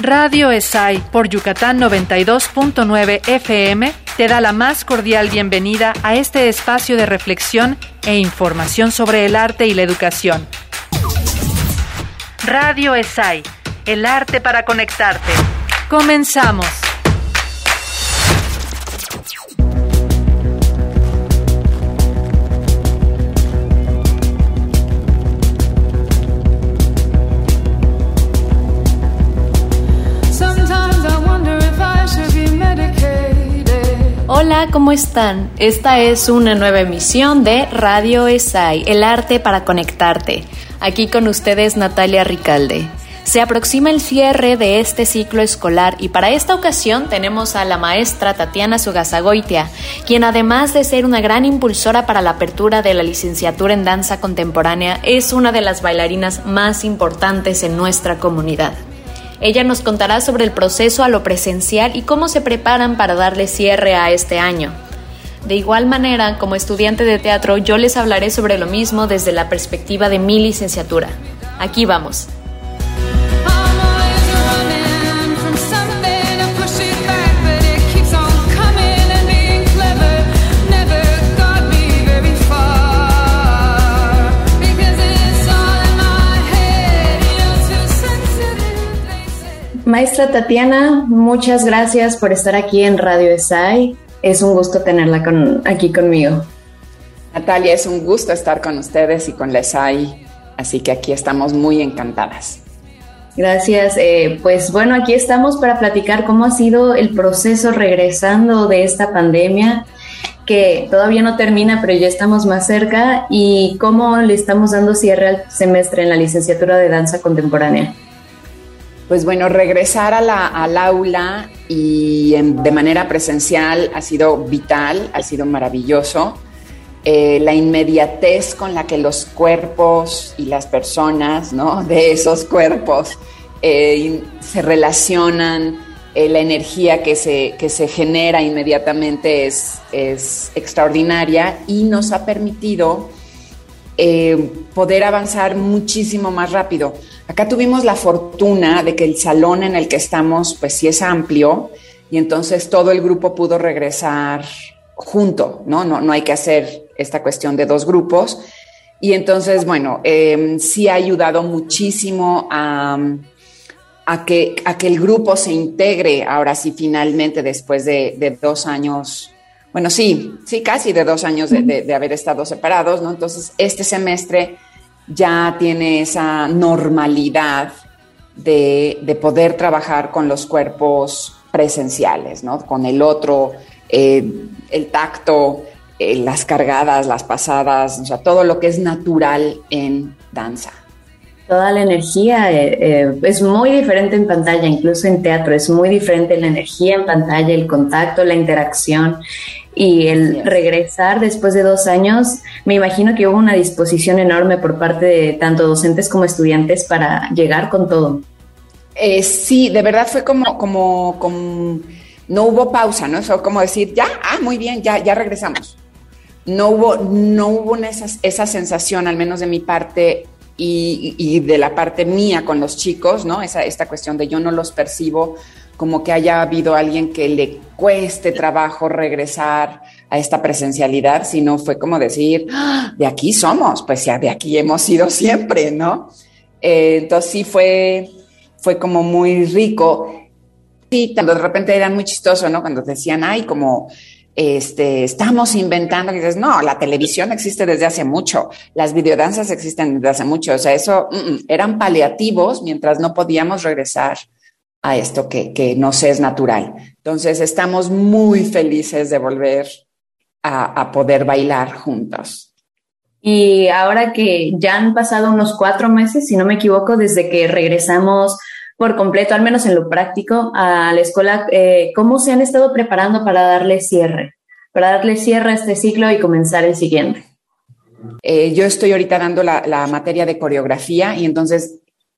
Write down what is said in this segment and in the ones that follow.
Radio ESAI por Yucatán 92.9 FM te da la más cordial bienvenida a este espacio de reflexión e información sobre el arte y la educación. Radio ESAI, el arte para conectarte. Comenzamos. Hola, ¿cómo están? Esta es una nueva emisión de Radio ESAI, el arte para conectarte. Aquí con ustedes Natalia Ricalde. Se aproxima el cierre de este ciclo escolar y para esta ocasión tenemos a la maestra Tatiana Sugasagoitia, quien además de ser una gran impulsora para la apertura de la licenciatura en danza contemporánea, es una de las bailarinas más importantes en nuestra comunidad. Ella nos contará sobre el proceso a lo presencial y cómo se preparan para darle cierre a este año. De igual manera, como estudiante de teatro, yo les hablaré sobre lo mismo desde la perspectiva de mi licenciatura. Aquí vamos. Maestra Tatiana, muchas gracias por estar aquí en Radio ESAI. Es un gusto tenerla aquí conmigo. Natalia, es un gusto estar con ustedes y con la ESAI, así que aquí estamos muy encantadas. Gracias. Pues bueno, aquí estamos para platicar cómo ha sido el proceso regresando de esta pandemia, que todavía no termina, pero ya estamos más cerca, y cómo le estamos dando cierre al semestre en la licenciatura de danza contemporánea. Pues bueno, regresar al aula y de manera presencial ha sido vital, ha sido maravilloso. La inmediatez con la que los cuerpos y las personas, ¿no?, de esos cuerpos se relacionan, la energía que se genera inmediatamente es extraordinaria y nos ha permitido poder avanzar muchísimo más rápido. Acá tuvimos la fortuna de que el salón en el que estamos, pues sí es amplio, y entonces todo el grupo pudo regresar junto, ¿no? No hay que hacer esta cuestión de dos grupos. Y entonces, bueno, sí ha ayudado muchísimo a que el grupo se integre ahora sí finalmente después de 2 años. Bueno, sí, casi de 2 años de haber estado separados, ¿no? Entonces, este semestre ya tiene esa normalidad de poder trabajar con los cuerpos presenciales, ¿no? Con el otro, el tacto, las cargadas, las pasadas, o sea, todo lo que es natural en danza. Toda la energía es muy diferente en pantalla, incluso en teatro, es muy diferente la energía en pantalla, el contacto, la interacción. Y el regresar después de 2 años, me imagino que hubo una disposición enorme por parte de tanto docentes como estudiantes para llegar con todo. Sí, de verdad fue como no hubo pausa, ¿no? Fue como decir, muy bien, ya regresamos. No hubo esa sensación, al menos de mi parte y de la parte mía con los chicos, ¿no? Esta cuestión de yo no los percibo como que haya habido alguien que le cueste trabajo regresar a esta presencialidad, sino fue como decir, de aquí somos, pues ya de aquí hemos sido siempre, ¿no? Entonces sí fue como muy rico. Sí, cuando de repente era muy chistoso, ¿no? Cuando decían, como estamos inventando, y dices, no, la televisión existe desde hace mucho, las videodanzas existen desde hace mucho, o sea, eso eran paliativos mientras no podíamos regresar a esto que nos es natural. Entonces, estamos muy felices de volver a poder bailar juntos. Y ahora que ya han pasado unos 4 meses, si no me equivoco, desde que regresamos por completo, al menos en lo práctico, a la escuela, ¿cómo se han estado preparando para darle cierre a este ciclo y comenzar el siguiente? Yo estoy ahorita dando la materia de coreografía y entonces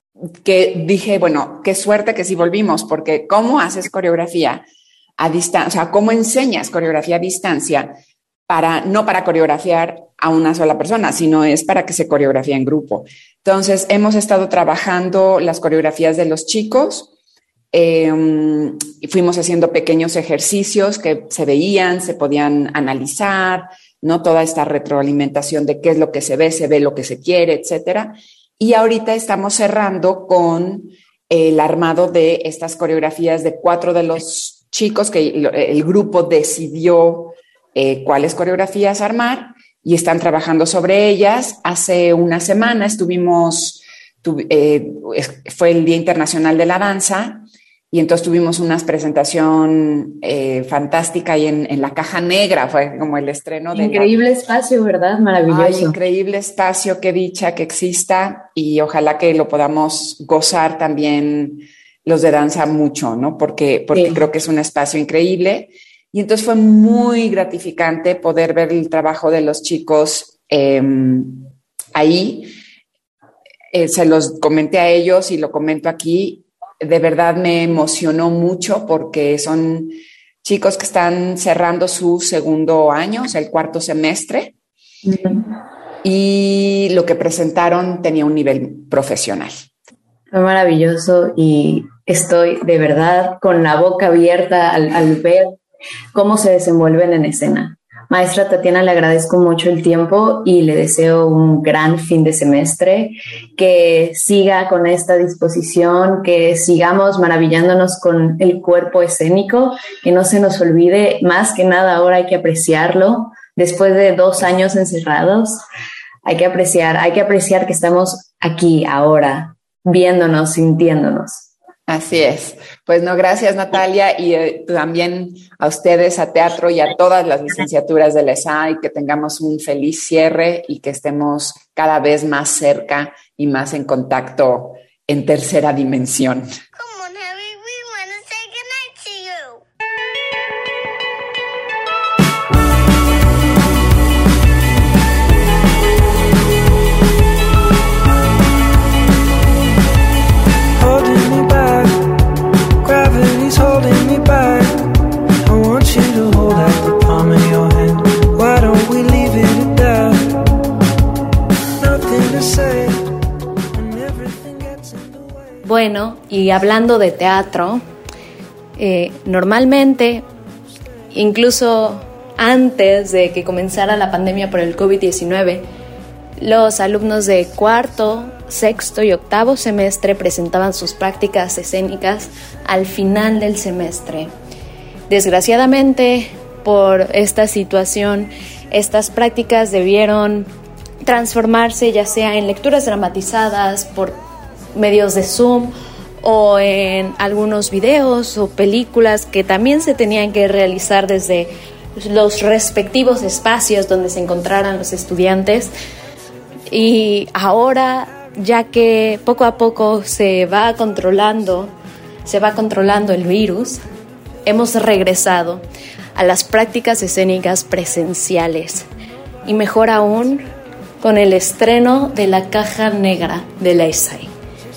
que dije, bueno, qué suerte que sí volvimos, porque ¿cómo haces coreografía a distancia? O sea, ¿cómo enseñas coreografía a distancia no para coreografiar a una sola persona, sino es para que se coreografía en grupo? Entonces, hemos estado trabajando las coreografías de los chicos Y fuimos haciendo pequeños ejercicios que se veían, se podían analizar, ¿no? Toda esta retroalimentación de qué es lo que se ve lo que se quiere, etcétera. Y ahorita estamos cerrando con el armado de estas coreografías de 4 de los chicos que el grupo decidió cuáles coreografías armar y están trabajando sobre ellas. Hace una semana fue el Día Internacional de la Danza y entonces tuvimos una presentación fantástica ahí en la Caja Negra, fue como el estreno de increíble espacio, ¿verdad? Maravilloso. Ay, increíble espacio, qué dicha que exista y ojalá que lo podamos gozar también los de danza mucho, ¿no? Porque sí, creo que es un espacio increíble. Y entonces fue muy gratificante poder ver el trabajo de los chicos ahí. Se los comenté a ellos y lo comento aquí. De verdad me emocionó mucho porque son chicos que están cerrando su segundo año, o sea, el 4º semestre. Uh-huh. Y lo que presentaron tenía un nivel profesional. Fue maravilloso y estoy de verdad con la boca abierta al ver cómo se desenvuelven en escena. Maestra Tatiana, le agradezco mucho el tiempo y le deseo un gran fin de semestre, que siga con esta disposición, que sigamos maravillándonos con el cuerpo escénico, que no se nos olvide, más que nada ahora hay que apreciarlo, después de 2 años encerrados, hay que apreciar que estamos aquí ahora, viéndonos, sintiéndonos. Así es. Pues no, gracias Natalia y también a ustedes, a teatro y a todas las licenciaturas de la ESAI, que tengamos un feliz cierre y que estemos cada vez más cerca y más en contacto en tercera dimensión. Holding me back. I want you to hold out the palm of your hand. Why don't we leave it at that? Nothing to say when everything gets in the way. Bueno, y hablando de teatro, normalmente, incluso antes de que comenzara la pandemia por el COVID-19, los alumnos de 4º, 6º y 8º semestre presentaban sus prácticas escénicas al final del semestre. Desgraciadamente, por esta situación, estas prácticas debieron transformarse ya sea en lecturas dramatizadas por medios de Zoom o en algunos videos o películas que también se tenían que realizar desde los respectivos espacios donde se encontraran los estudiantes. Y ahora, ya que poco a poco se va controlando el virus, hemos regresado a las prácticas escénicas presenciales y mejor aún con el estreno de la Caja Negra de la ESAI.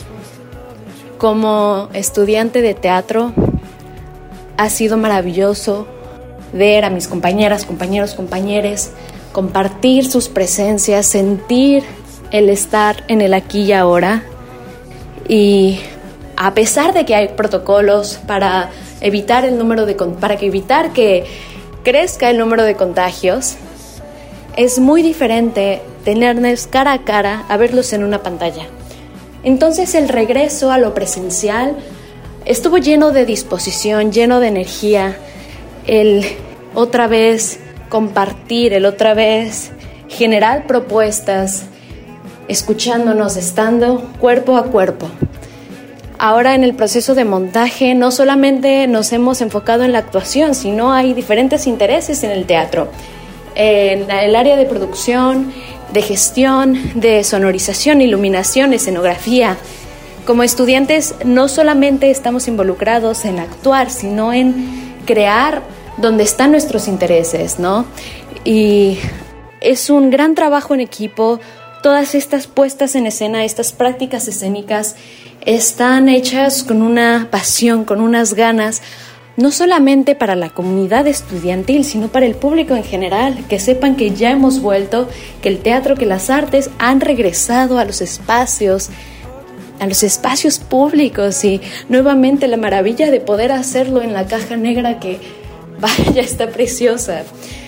Como estudiante de teatro, ha sido maravilloso ver a mis compañeras, compañeros, compañeres compartir sus presencias, sentir el estar en el aquí y ahora. Y a pesar de que hay protocolos para evitar que crezca el número de contagios, es muy diferente tenernos cara a cara a verlos en una pantalla. Entonces el regreso a lo presencial estuvo lleno de disposición, lleno de energía, el otra vez compartir, el otra vez generar propuestas, escuchándonos, estando cuerpo a cuerpo. Ahora en el proceso de montaje no solamente nos hemos enfocado en la actuación, sino hay diferentes intereses en el teatro, en el área de producción, de gestión, de sonorización, iluminación, escenografía. Como estudiantes no solamente estamos involucrados en actuar, sino en crear donde están nuestros intereses, ¿no? Y es un gran trabajo en equipo. Todas estas puestas en escena, estas prácticas escénicas están hechas con una pasión, con unas ganas, no solamente para la comunidad estudiantil, sino para el público en general, que sepan que ya hemos vuelto, que el teatro, que las artes han regresado a los espacios los espacios públicos y nuevamente la maravilla de poder hacerlo en la caja negra que, vaya, está preciosa.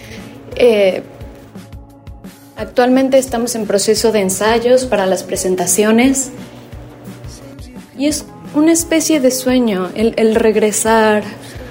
Actualmente estamos en proceso de ensayos para las presentaciones y es una especie de sueño el regresar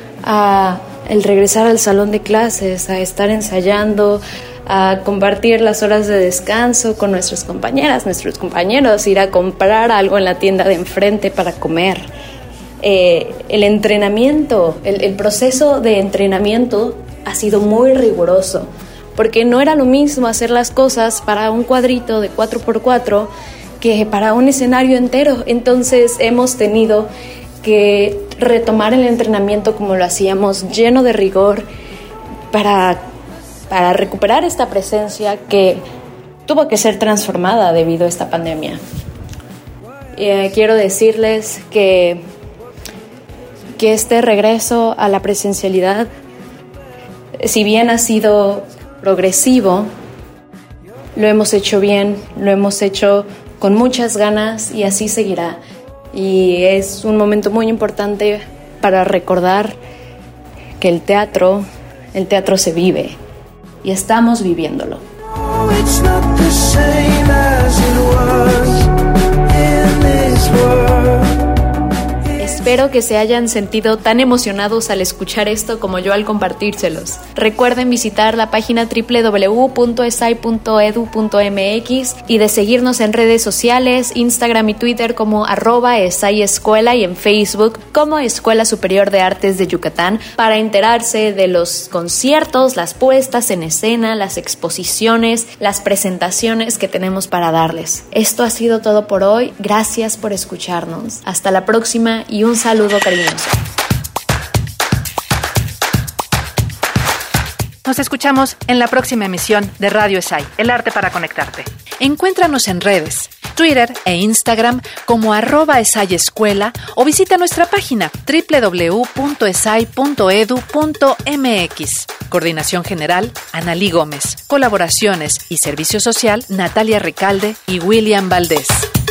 al salón de clases, a estar ensayando, a compartir las horas de descanso con nuestras compañeras, nuestros compañeros, ir a comprar algo en la tienda de enfrente para comer. El entrenamiento, el proceso de entrenamiento ha sido muy riguroso, porque no era lo mismo hacer las cosas para un cuadrito de 4x4 que para un escenario entero. Entonces hemos tenido que retomar el entrenamiento como lo hacíamos, lleno de rigor, para recuperar esta presencia que tuvo que ser transformada debido a esta pandemia. Quiero decirles que este regreso a la presencialidad, si bien ha sido progresivo, lo hemos hecho bien, lo hemos hecho con muchas ganas y así seguirá. Y es un momento muy importante para recordar que el teatro se vive y estamos viviéndolo. Espero que se hayan sentido tan emocionados al escuchar esto como yo al compartírselos. Recuerden visitar la página www.esai.edu.mx y de seguirnos en redes sociales, Instagram y Twitter como @esaiescuela y en Facebook como Escuela Superior de Artes de Yucatán para enterarse de los conciertos, las puestas en escena, las exposiciones, las presentaciones que tenemos para darles. Esto ha sido todo por hoy. Gracias por escucharnos. Hasta la próxima y un saludo cariñoso. Nos escuchamos en la próxima emisión de Radio ESAI, El Arte para Conectarte. Encuéntranos en redes, Twitter e Instagram como @esaiescuela o visita nuestra página www.esai.edu.mx. Coordinación General, Analí Gómez. Colaboraciones y Servicio Social, Natalia Ricalde y William Valdés.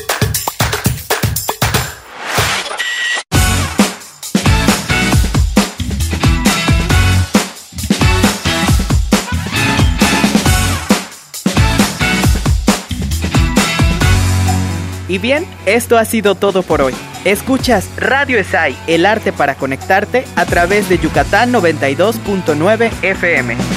Y bien, esto ha sido todo por hoy. Escuchas Radio ESAI, El Arte para Conectarte a través de Yucatán 92.9 FM.